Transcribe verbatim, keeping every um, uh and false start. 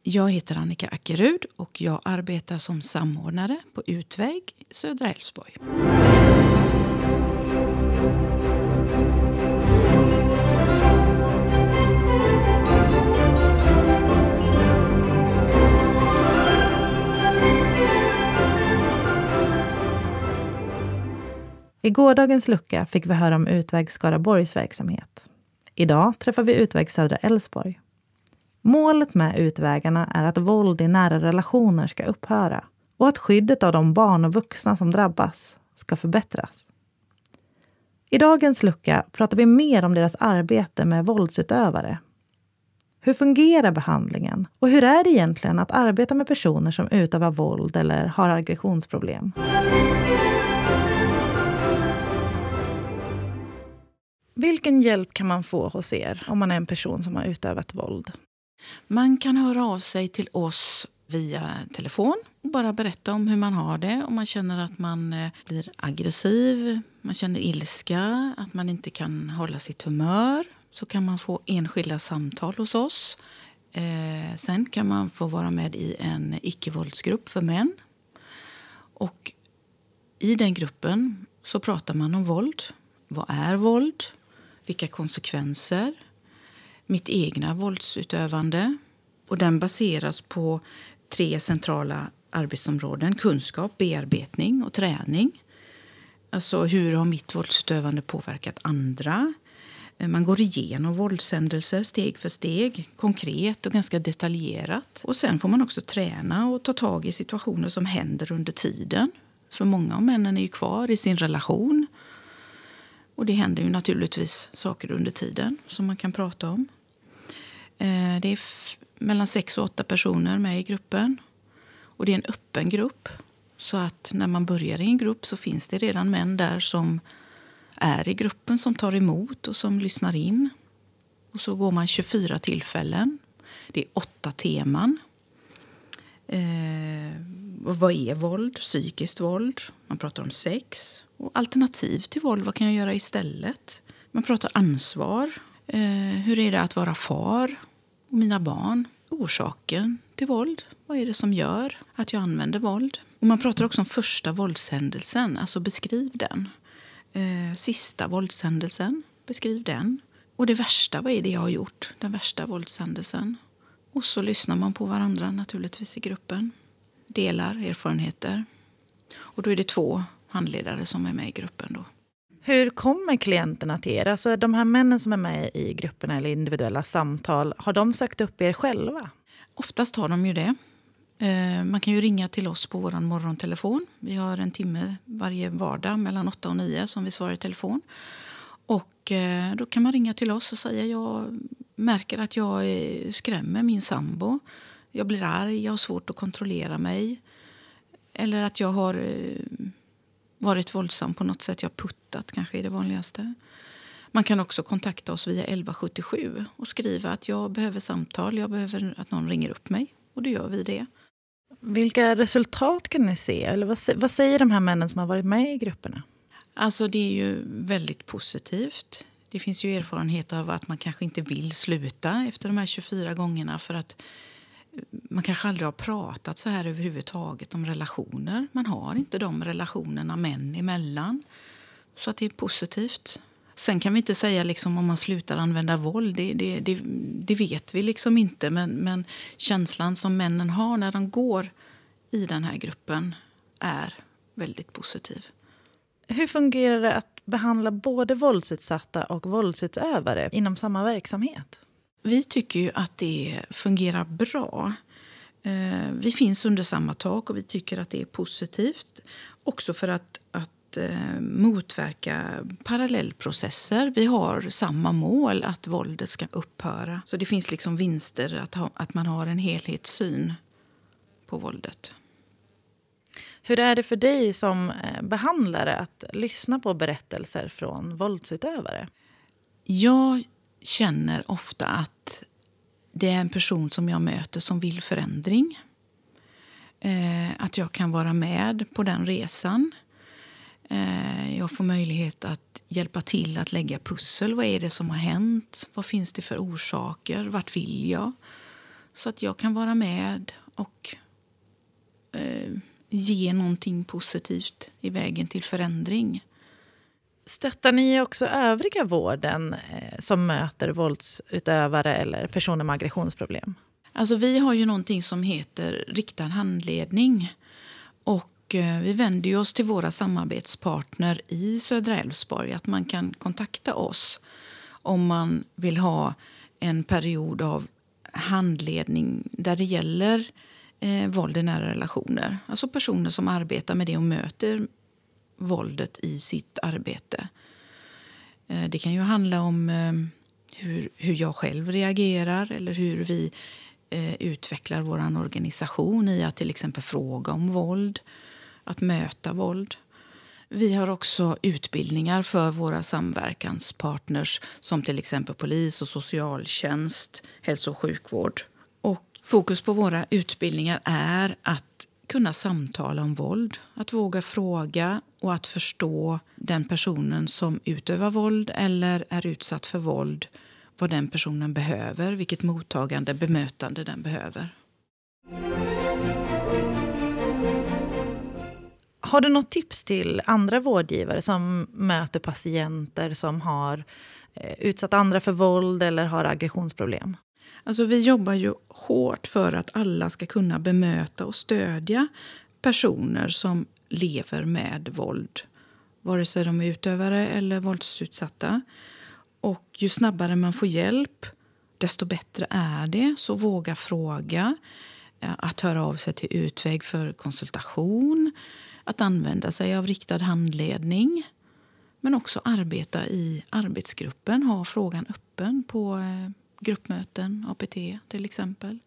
Jag heter Annika Ackerud och jag arbetar som samordnare på Utväg Södra Älvsborg. I gårdagens lucka fick vi höra om Utväg Skaraborgs verksamhet. Idag träffar vi Utväg Södra Älvsborg. Målet med utvägarna är att våld i nära relationer ska upphöra och att skyddet av de barn och vuxna som drabbas ska förbättras. I dagens lucka pratar vi mer om deras arbete med våldsutövare. Hur fungerar behandlingen och hur är det egentligen att arbeta med personer som utövar våld eller har aggressionsproblem? Vilken hjälp kan man få hos er om man är en person som har utövat våld? Man kan höra av sig till oss via telefon och bara berätta om hur man har det. Om man känner att man blir aggressiv, man känner ilska, att man inte kan hålla sitt humör, så kan man få enskilda samtal hos oss. Eh, sen kan man få vara med i en icke-våldsgrupp för män. Och i den gruppen så pratar man om våld. Vad är våld? Vilka konsekvenser? Mitt egna våldsutövande. Och den baseras på tre centrala arbetsområden. Kunskap, bearbetning och träning. Alltså hur har mitt våldsutövande påverkat andra? Man går igenom våldshändelser steg för steg, konkret och ganska detaljerat. Och sen får man också träna och ta tag i situationer som händer under tiden. För många av männen är ju kvar i sin relation. Och det händer ju naturligtvis saker under tiden som man kan prata om. Det är f- mellan sex och åtta personer med i gruppen. Och det är en öppen grupp. Så att när man börjar i en grupp så finns det redan män där som är i gruppen, som tar emot och som lyssnar in. Och så går man tjugofyra tillfällen. Det är åtta teman. Eh, och vad är våld? Psykiskt våld. Man pratar om sex. Och alternativ till våld, vad kan jag göra istället? Man pratar ansvar. Eh, hur är det att vara far? Och mina barn. Orsaken till våld. Vad är det som gör att jag använder våld? Och man pratar också om första våldshändelsen. Alltså beskriv den. Eh, sista våldshändelsen. Beskriv den. Och det värsta, vad är det jag har gjort? Den värsta våldshändelsen. Och så lyssnar man på varandra naturligtvis i gruppen. Delar erfarenheter. Och då är det två handledare som är med i gruppen då. Hur kommer klienterna till er? Alltså de här männen som är med i grupperna eller individuella samtal, har de sökt upp er själva? Oftast har de ju det. Man kan ju ringa till oss på vår morgontelefon. Vi har en timme varje vardag mellan åtta och nio som vi svarar i telefon. Och då kan man ringa till oss och säga jag märker att jag skrämmer min sambo. Jag blir arg, jag har svårt att kontrollera mig. Eller att jag har varit våldsam på något sätt. Jag har puttat, kanske är det vanligaste. Man kan också kontakta oss via elva sjuttiosju och skriva att jag behöver samtal. Jag behöver att någon ringer upp mig. Och då gör vi det. Vilka resultat kan ni se? Eller vad, vad säger de här männen som har varit med i grupperna? Alltså det är ju väldigt positivt. Det finns ju erfarenhet av att man kanske inte vill sluta efter de här tjugofyra gångerna. För att man kanske aldrig har pratat så här överhuvudtaget om relationer. Man har inte de relationerna män emellan. Så att det är positivt. Sen kan vi inte säga liksom om man slutar använda våld. Det, det, det, det vet vi liksom inte. Men, men känslan som männen har när de går i den här gruppen är väldigt positiv. Hur fungerar det att behandla både våldsutsatta och våldsutövare inom samma verksamhet? Vi tycker ju att det fungerar bra. Vi finns under samma tak och vi tycker att det är positivt. Också för att, att motverka parallellprocesser. Vi har samma mål, att våldet ska upphöra. Så det finns liksom vinster att, ha, att man har en helhetssyn på våldet. Hur är det för dig som behandlare att lyssna på berättelser från våldsutövare? Jag känner ofta att det är en person som jag möter som vill förändring. Eh, att jag kan vara med på den resan. Eh, jag får möjlighet att hjälpa till att lägga pussel. Vad är det som har hänt? Vad finns det för orsaker? Vart vill jag? så att jag kan vara med och eh, ge någonting positivt i vägen till förändring. Stöttar ni också övriga vården eh, som möter våldsutövare eller personer med aggressionsproblem? Alltså vi har ju någonting som heter riktad handledning. Och eh, vi vänder ju oss till våra samarbetspartner i Södra Älvsborg. Att man kan kontakta oss om man vill ha en period av handledning där det gäller eh, våld i nära relationer. Alltså personer som arbetar med det och möter våldet i sitt arbete. Eh, det kan ju handla om eh, hur, hur jag själv reagerar eller hur vi eh, utvecklar vår organisation i att till exempel fråga om våld, att möta våld. Vi har också utbildningar för våra samverkanspartners som till exempel polis och socialtjänst, hälso- och sjukvård. Och fokus på våra utbildningar är att kunna samtala om våld, att våga fråga och att förstå den personen som utövar våld eller är utsatt för våld, vad den personen behöver, vilket mottagande, bemötande den behöver. Har du något tips till andra vårdgivare som möter patienter som har utsatt andra för våld eller har aggressionsproblem? Alltså vi jobbar ju hårt för att alla ska kunna bemöta och stödja personer som lever med våld. Vare sig de är utövare eller våldsutsatta. Och ju snabbare man får hjälp, desto bättre är det. Så våga fråga, att höra av sig till Utväg för konsultation, att använda sig av riktad handledning. Men också arbeta i arbetsgruppen, ha frågan öppen på gruppmöten, A P T till exempel.